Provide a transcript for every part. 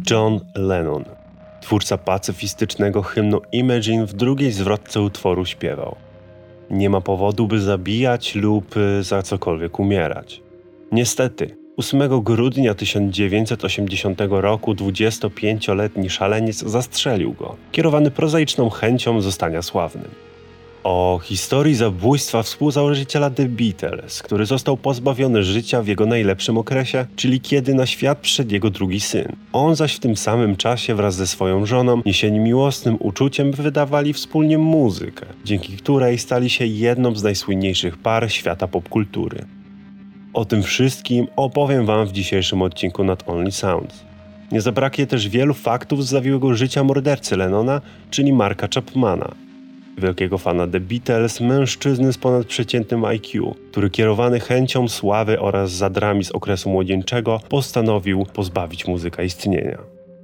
John Lennon, twórca pacyfistycznego hymnu Imagine, w drugiej zwrotce utworu śpiewał: nie ma powodu, by zabijać lub za cokolwiek umierać. Niestety, 8 grudnia 1980 roku 25-letni szaleniec zastrzelił go, kierowany prozaiczną chęcią zostania sławnym. O historii zabójstwa współzałożyciela The Beatles, który został pozbawiony życia w jego najlepszym okresie, czyli kiedy na świat przyszedł jego drugi syn. On zaś w tym samym czasie wraz ze swoją żoną, niesieni miłosnym uczuciem, wydawali wspólnie muzykę, dzięki której stali się jedną z najsłynniejszych par świata popkultury. O tym wszystkim opowiem wam w dzisiejszym odcinku Not Only Sounds. Nie zabraknie też wielu faktów z zawiłego życia mordercy Lennona, czyli Marka Chapmana, wielkiego fana The Beatles, mężczyzny z ponadprzeciętnym IQ, który kierowany chęcią sławy oraz zadrami z okresu młodzieńczego postanowił pozbawić muzyka istnienia.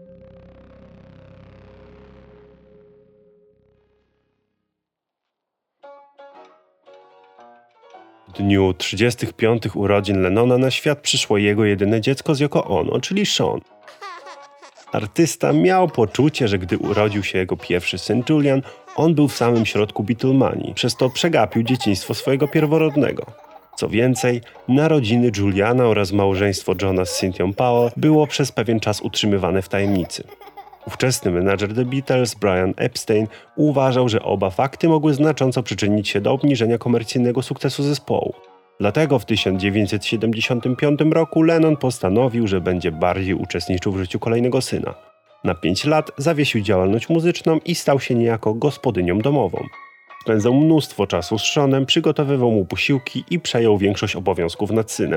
W dniu 35 urodzin Lennona na świat przyszło jego jedyne dziecko z Yoko Ono, czyli Sean. Artysta miał poczucie, że gdy urodził się jego pierwszy syn Julian, on był w samym środku Beatlemanii, przez to przegapił dzieciństwo swojego pierworodnego. Co więcej, narodziny Juliana oraz małżeństwo Johna z Cynthią Powell było przez pewien czas utrzymywane w tajemnicy. Ówczesny menadżer The Beatles, Brian Epstein, uważał, że oba fakty mogły znacząco przyczynić się do obniżenia komercyjnego sukcesu zespołu. Dlatego w 1975 roku Lennon postanowił, że będzie bardziej uczestniczył w życiu kolejnego syna. Na 5 lat zawiesił działalność muzyczną i stał się niejako gospodynią domową. Spędzał mnóstwo czasu z Seanem, przygotowywał mu posiłki i przejął większość obowiązków nad synem.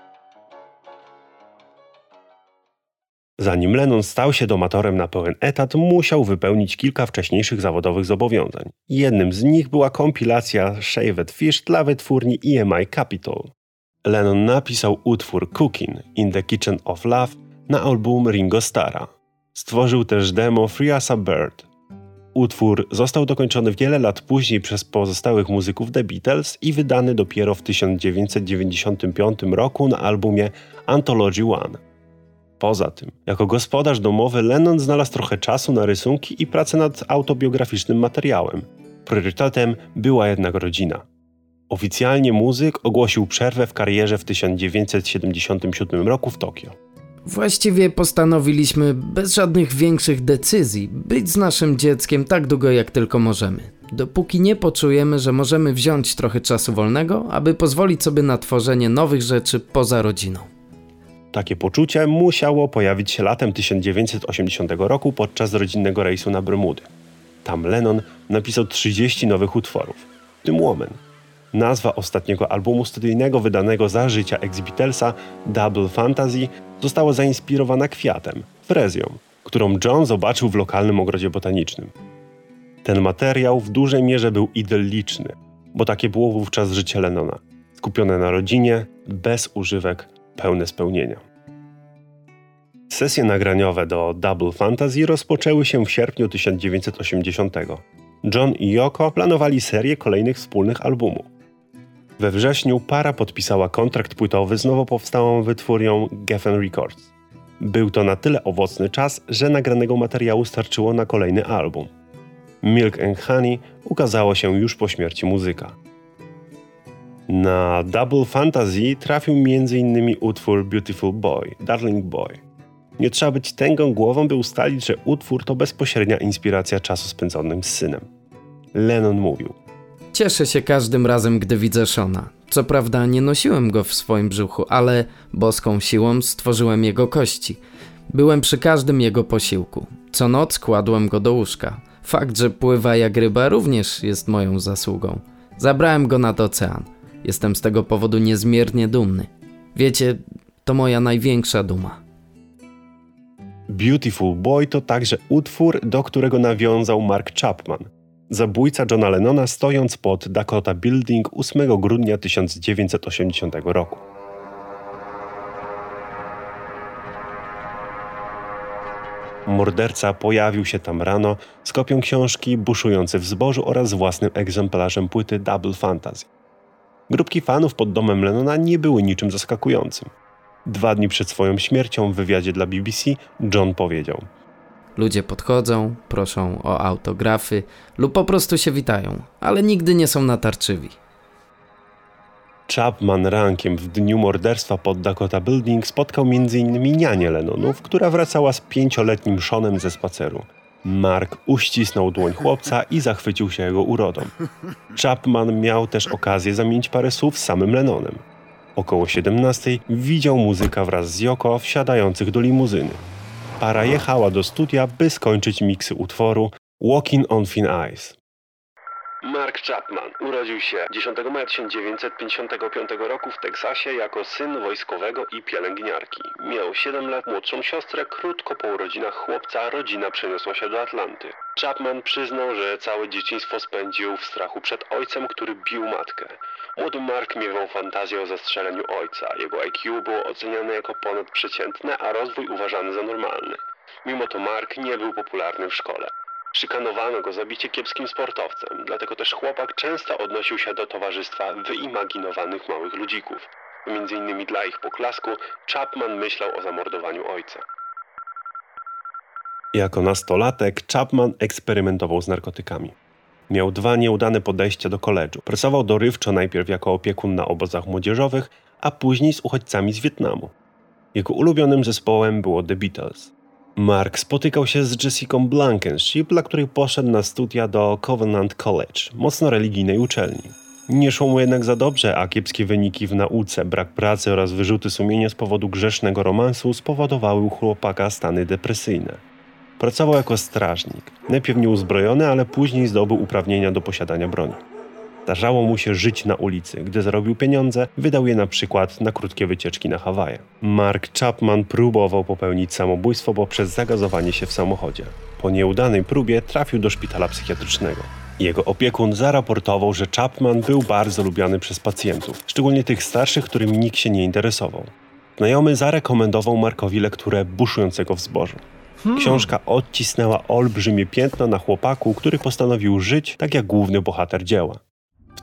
Zanim Lennon stał się domatorem na pełen etat, musiał wypełnić kilka wcześniejszych zawodowych zobowiązań. Jednym z nich była kompilacja Shaved Fish dla wytwórni EMI Capitol. Lennon napisał utwór Cookin' in the Kitchen of Love na album Ringo Starra. Stworzył też demo Free as a Bird. Utwór został dokończony wiele lat później przez pozostałych muzyków The Beatles i wydany dopiero w 1995 roku na albumie Anthology One. Poza tym, jako gospodarz domowy Lennon znalazł trochę czasu na rysunki i pracę nad autobiograficznym materiałem. Priorytetem była jednak rodzina. Oficjalnie muzyk ogłosił przerwę w karierze w 1977 roku w Tokio. Właściwie postanowiliśmy bez żadnych większych decyzji być z naszym dzieckiem tak długo jak tylko możemy. Dopóki nie poczujemy, że możemy wziąć trochę czasu wolnego, aby pozwolić sobie na tworzenie nowych rzeczy poza rodziną. Takie poczucie musiało pojawić się latem 1980 roku podczas rodzinnego rejsu na Bermudy. Tam Lennon napisał 30 nowych utworów, w tym Woman. Nazwa ostatniego albumu studyjnego wydanego za życia ex-Beatlesa, Double Fantasy, została zainspirowana kwiatem, frezją, którą John zobaczył w lokalnym ogrodzie botanicznym. Ten materiał w dużej mierze był idylliczny, bo takie było wówczas życie Lennona. Skupione na rodzinie, bez używek, pełne spełnienia. Sesje nagraniowe do Double Fantasy rozpoczęły się w sierpniu 1980. John i Yoko planowali serię kolejnych wspólnych albumów. We wrześniu para podpisała kontrakt płytowy z nowo powstałą wytwórnią Geffen Records. Był to na tyle owocny czas, że nagranego materiału starczyło na kolejny album. Milk and Honey ukazało się już po śmierci muzyka. Na Double Fantasy trafił m.in. utwór Beautiful Boy, Darling Boy. Nie trzeba być tęgą głową, by ustalić, że utwór to bezpośrednia inspiracja czasu spędzonym z synem. Lennon mówił: Cieszę się każdym razem, gdy widzę Seana. Co prawda nie nosiłem go w swoim brzuchu, ale boską siłą stworzyłem jego kości. Byłem przy każdym jego posiłku. Co noc kładłem go do łóżka. Fakt, że pływa jak ryba, również jest moją zasługą. Zabrałem go nad ocean. Jestem z tego powodu niezmiernie dumny. Wiecie, to moja największa duma. Beautiful Boy to także utwór, do którego nawiązał Mark Chapman, zabójca Johna Lennona, stojąc pod Dakota Building 8 grudnia 1980 roku. Morderca pojawił się tam rano z kopią książki Buszujący w zbożu oraz własnym egzemplarzem płyty Double Fantasy. Grupki fanów pod domem Lennona nie były niczym zaskakującym. 2 dni przed swoją śmiercią w wywiadzie dla BBC John powiedział: Ludzie podchodzą, proszą o autografy lub po prostu się witają, ale nigdy nie są natarczywi. Chapman rankiem w dniu morderstwa pod Dakota Building spotkał m.in. nianię Lennonów, która wracała z 5-letnim Seanem ze spaceru. Mark uścisnął dłoń chłopca i zachwycił się jego urodą. Chapman miał też okazję zamienić parę słów z samym Lennonem. Około 17:00 widział muzyka wraz z Yoko wsiadających do limuzyny. Para jechała do studia, by skończyć miksy utworu Walking on Thin Ice. Mark Chapman urodził się 10 maja 1955 roku w Teksasie jako syn wojskowego i pielęgniarki. Miał 7 lat młodszą siostrę. Krótko po urodzinach chłopca rodzina przeniosła się do Atlanty. Chapman przyznał, że całe dzieciństwo spędził w strachu przed ojcem, który bił matkę. Młody Mark miewał fantazję o zastrzeleniu ojca. Jego IQ było oceniane jako ponadprzeciętne, a rozwój uważany za normalny. Mimo to Mark nie był popularny w szkole. Szykanowano go za bycie kiepskim sportowcem, dlatego też chłopak często odnosił się do towarzystwa wyimaginowanych małych ludzików. Między innymi dla ich poklasku Chapman myślał o zamordowaniu ojca. Jako nastolatek Chapman eksperymentował z narkotykami. Miał 2 nieudane podejścia do koledżu. Pracował dorywczo najpierw jako opiekun na obozach młodzieżowych, a później z uchodźcami z Wietnamu. Jego ulubionym zespołem było The Beatles. Mark spotykał się z Jessica Blankenship, dla której poszedł na studia do Covenant College, mocno religijnej uczelni. Nie szło mu jednak za dobrze, a kiepskie wyniki w nauce, brak pracy oraz wyrzuty sumienia z powodu grzesznego romansu spowodowały u chłopaka stany depresyjne. Pracował jako strażnik, najpierw nieuzbrojony, ale później zdobył uprawnienia do posiadania broni. Zdarzało mu się żyć na ulicy. Gdy zarobił pieniądze, wydał je na przykład na krótkie wycieczki na Hawaje. Mark Chapman próbował popełnić samobójstwo poprzez zagazowanie się w samochodzie. Po nieudanej próbie trafił do szpitala psychiatrycznego. Jego opiekun zaraportował, że Chapman był bardzo lubiany przez pacjentów, szczególnie tych starszych, którym nikt się nie interesował. Znajomy zarekomendował Markowi lekturę Buszującego w zbożu. Książka odcisnęła olbrzymie piętno na chłopaku, który postanowił żyć tak jak główny bohater dzieła. W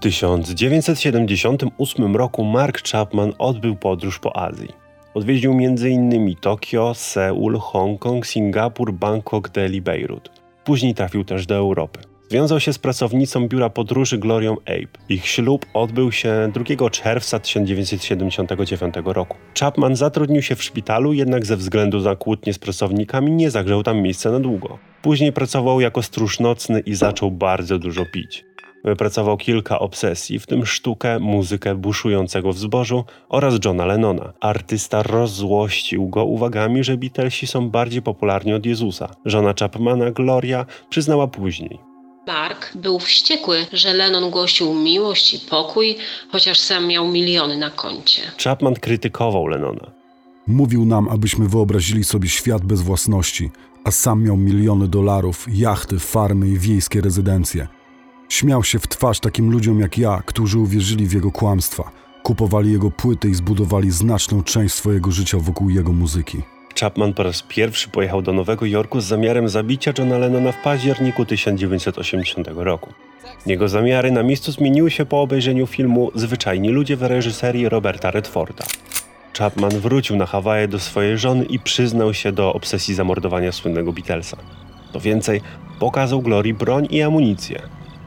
1978 roku Mark Chapman odbył podróż po Azji. Odwiedził m.in. Tokio, Seul, Hongkong, Singapur, Bangkok, Delhi, Bejrut. Później trafił też do Europy. Związał się z pracownicą biura podróży Glorią Abe. Ich ślub odbył się 2 czerwca 1979 roku. Chapman zatrudnił się w szpitalu, jednak ze względu na kłótnie z pracownikami nie zagrzał tam miejsca na długo. Później pracował jako stróż nocny i zaczął bardzo dużo pić. Wypracował kilka obsesji, w tym sztukę, muzykę Buszującego w zbożu oraz Johna Lennona. Artysta rozzłościł go uwagami, że Beatlesi są bardziej popularni od Jezusa. Żona Chapmana, Gloria, przyznała później: Mark był wściekły, że Lennon głosił miłość i pokój, chociaż sam miał miliony na koncie. Chapman krytykował Lennona. Mówił nam, abyśmy wyobrazili sobie świat bez własności, a sam miał miliony dolarów, jachty, farmy i wiejskie rezydencje. Śmiał się w twarz takim ludziom jak ja, którzy uwierzyli w jego kłamstwa, kupowali jego płyty i zbudowali znaczną część swojego życia wokół jego muzyki. Chapman po raz pierwszy pojechał do Nowego Jorku z zamiarem zabicia Johna Lennona w październiku 1980 roku. Jego zamiary na miejscu zmieniły się po obejrzeniu filmu Zwyczajni ludzie w reżyserii Roberta Redforda. Chapman wrócił na Hawaje do swojej żony i przyznał się do obsesji zamordowania słynnego Beatlesa. Co więcej, pokazał Glorii broń i amunicję.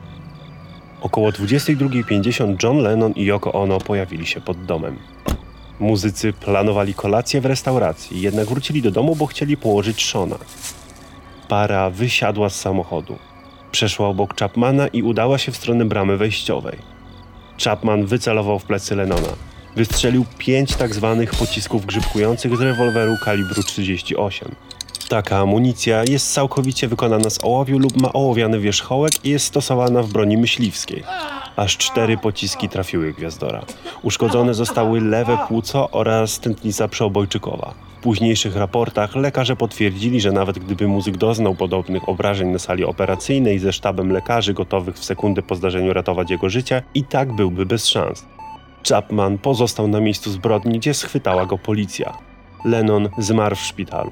Około 22:50 John Lennon i Yoko Ono pojawili się pod domem. Muzycy planowali kolację w restauracji, jednak wrócili do domu, bo chcieli położyć Seana. Para wysiadła z samochodu. Przeszła obok Chapmana i udała się w stronę bramy wejściowej. Chapman wycelował w plecy Lennona. Wystrzelił 5 tak-zwanych pocisków grzybkujących z rewolweru kalibru 38. Taka amunicja jest całkowicie wykonana z ołowiu lub ma ołowiany wierzchołek i jest stosowana w broni myśliwskiej. Aż 4 pociski trafiły gwiazdora. Uszkodzone zostały lewe płuco oraz tętnica przeobojczykowa. W późniejszych raportach lekarze potwierdzili, że nawet gdyby muzyk doznał podobnych obrażeń na sali operacyjnej ze sztabem lekarzy gotowych w sekundę po zdarzeniu ratować jego życie, i tak byłby bez szans. Chapman pozostał na miejscu zbrodni, gdzie schwytała go policja. Lennon zmarł w szpitalu.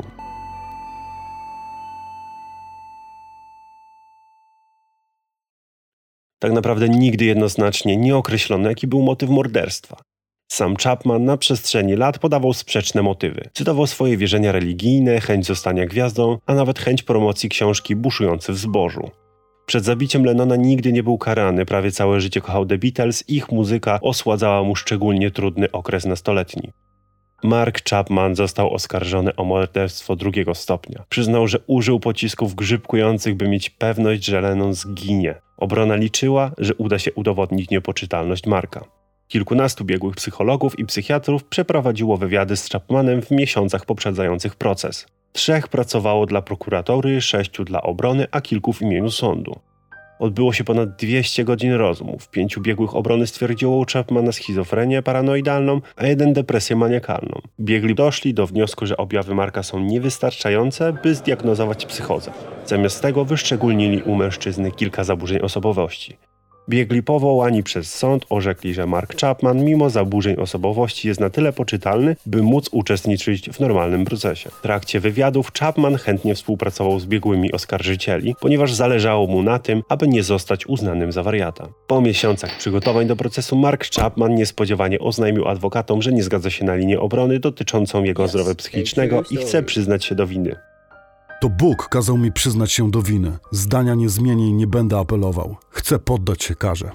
Tak naprawdę nigdy jednoznacznie nie określono, jaki był motyw morderstwa. Sam Chapman na przestrzeni lat podawał sprzeczne motywy. Cytował swoje wierzenia religijne, chęć zostania gwiazdą, a nawet chęć promocji książki Buszujący w zbożu. Przed zabiciem Lennona nigdy nie był karany, prawie całe życie kochał The Beatles, ich muzyka osładzała mu szczególnie trudny okres nastoletni. Mark Chapman został oskarżony o morderstwo 2. stopnia. Przyznał, że użył pocisków grzybkujących, by mieć pewność, że Lennon zginie. Obrona liczyła, że uda się udowodnić niepoczytalność Marka. Kilkunastu biegłych psychologów i psychiatrów przeprowadziło wywiady z Chapmanem w miesiącach poprzedzających proces. 3 pracowało dla prokuratury, 6 dla obrony, a kilku w imieniu sądu. Odbyło się ponad 200 godzin rozmów. 5 biegłych obrony stwierdziło u Chapmana schizofrenię paranoidalną, a 1 depresję maniakalną. Biegli doszli do wniosku, że objawy Marka są niewystarczające, by zdiagnozować psychozę. Zamiast tego wyszczególnili u mężczyzny kilka zaburzeń osobowości. Biegli powołani przez sąd orzekli, że Mark Chapman mimo zaburzeń osobowości jest na tyle poczytalny, by móc uczestniczyć w normalnym procesie. W trakcie wywiadów Chapman chętnie współpracował z biegłymi oskarżycieli, ponieważ zależało mu na tym, aby nie zostać uznanym za wariata. Po miesiącach przygotowań do procesu Mark Chapman niespodziewanie oznajmił adwokatom, że nie zgadza się na linię obrony dotyczącą jego zdrowia psychicznego i chce przyznać się do winy. To Bóg kazał mi przyznać się do winy. Zdania nie zmienię i nie będę apelował. Chcę poddać się karze.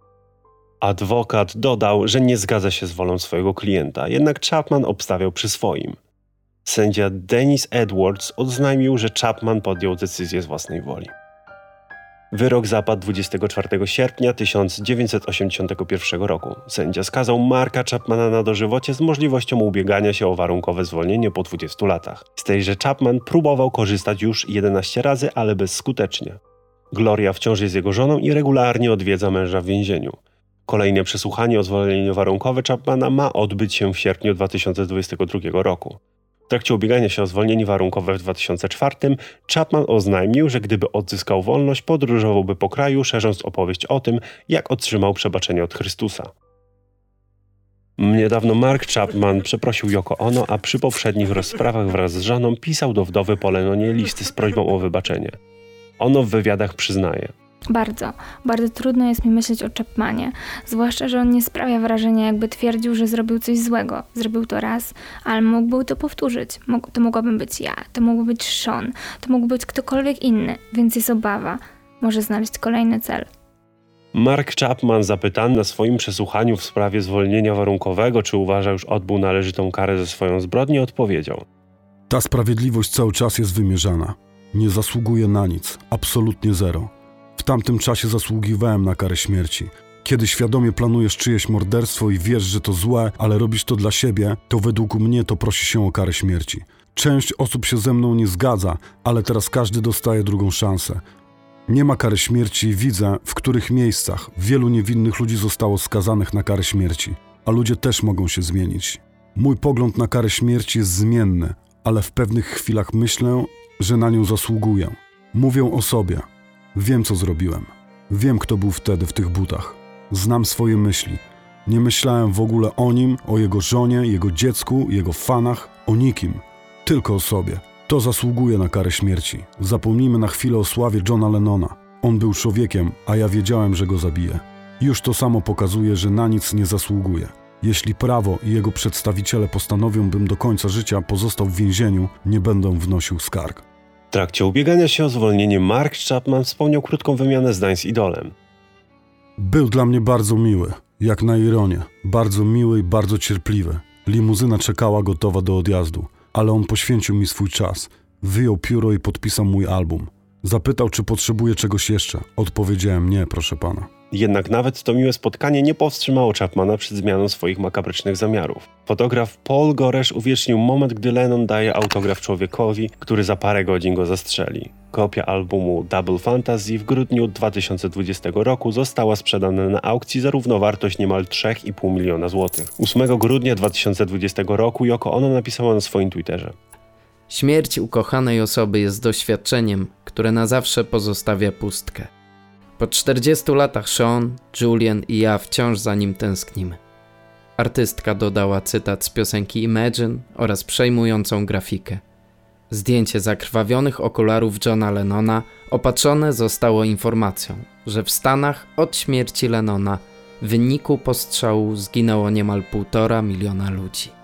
Adwokat dodał, że nie zgadza się z wolą swojego klienta, jednak Chapman obstawiał przy swoim. Sędzia Dennis Edwards oznajmił, że Chapman podjął decyzję z własnej woli. Wyrok zapadł 24 sierpnia 1981 roku. Sędzia skazał Marka Chapmana na dożywocie z możliwością ubiegania się o warunkowe zwolnienie po 20 latach. Z tejże Chapman próbował korzystać już 11 razy, ale bezskutecznie. Gloria wciąż jest jego żoną i regularnie odwiedza męża w więzieniu. Kolejne przesłuchanie o zwolnieniu warunkowe Chapmana ma odbyć się w sierpniu 2022 roku. W trakcie ubiegania się o zwolnienie warunkowe w 2004 Chapman oznajmił, że gdyby odzyskał wolność, podróżowałby po kraju, szerząc opowieść o tym, jak otrzymał przebaczenie od Chrystusa. Niedawno Mark Chapman przeprosił Yoko Ono, a przy poprzednich rozprawach wraz z żoną pisał do wdowy po Lennonie listy z prośbą o wybaczenie. Ono w wywiadach przyznaje: Bardzo trudno jest mi myśleć o Chapmanie, zwłaszcza, że on nie sprawia wrażenia, jakby twierdził, że zrobił coś złego. Zrobił to raz, ale mógłby to powtórzyć. To mogłabym być ja, to mógł być Sean, to mógł być ktokolwiek inny, więc jest obawa. Może znaleźć kolejny cel. Mark Chapman, zapytany na swoim przesłuchaniu w sprawie zwolnienia warunkowego, czy uważa, już odbył należytą karę za swoją zbrodnię, odpowiedział: Ta sprawiedliwość cały czas jest wymierzana. Nie zasługuję na nic, absolutnie zero. W tamtym czasie zasługiwałem na karę śmierci. Kiedy świadomie planujesz czyjeś morderstwo i wiesz, że to złe, ale robisz to dla siebie, to według mnie to prosi się o karę śmierci. Część osób się ze mną nie zgadza, ale teraz każdy dostaje drugą szansę. Nie ma kary śmierci i widzę, w których miejscach wielu niewinnych ludzi zostało skazanych na karę śmierci, a ludzie też mogą się zmienić. Mój pogląd na karę śmierci jest zmienny, ale w pewnych chwilach myślę, że na nią zasługuję. Mówię o sobie. Wiem, co zrobiłem. Wiem, kto był wtedy w tych butach. Znam swoje myśli. Nie myślałem w ogóle o nim, o jego żonie, jego dziecku, jego fanach, o nikim. Tylko o sobie. To zasługuje na karę śmierci. Zapomnijmy na chwilę o sławie Johna Lennona. On był człowiekiem, a ja wiedziałem, że go zabiję. Już to samo pokazuje, że na nic nie zasługuje. Jeśli prawo i jego przedstawiciele postanowią, bym do końca życia pozostał w więzieniu, nie będę wnosił skarg. W trakcie ubiegania się o zwolnienie Mark Chapman wspomniał krótką wymianę zdań z idolem. Był dla mnie bardzo miły, jak na ironię. Bardzo miły i bardzo cierpliwy. Limuzyna czekała gotowa do odjazdu, ale on poświęcił mi swój czas. Wyjął pióro i podpisał mój album. Zapytał, czy potrzebuję czegoś jeszcze. Odpowiedziałem: nie, proszę pana. Jednak nawet to miłe spotkanie nie powstrzymało Chapmana przed zmianą swoich makabrycznych zamiarów. Fotograf Paul Goresh uwiecznił moment, gdy Lennon daje autograf człowiekowi, który za parę godzin go zastrzeli. Kopia albumu Double Fantasy w grudniu 2020 roku została sprzedana na aukcji za równowartość niemal 3,5 miliona złotych. 8 grudnia 2020 roku Yoko Ono napisała na swoim Twitterze: Śmierć ukochanej osoby jest doświadczeniem, które na zawsze pozostawia pustkę. Po 40 latach Sean, Julian i ja wciąż za nim tęsknimy. Artystka dodała cytat z piosenki Imagine oraz przejmującą grafikę. Zdjęcie zakrwawionych okularów Johna Lennona opatrzone zostało informacją, że w Stanach od śmierci Lennona W wyniku postrzału zginęło niemal 1,5 miliona ludzi.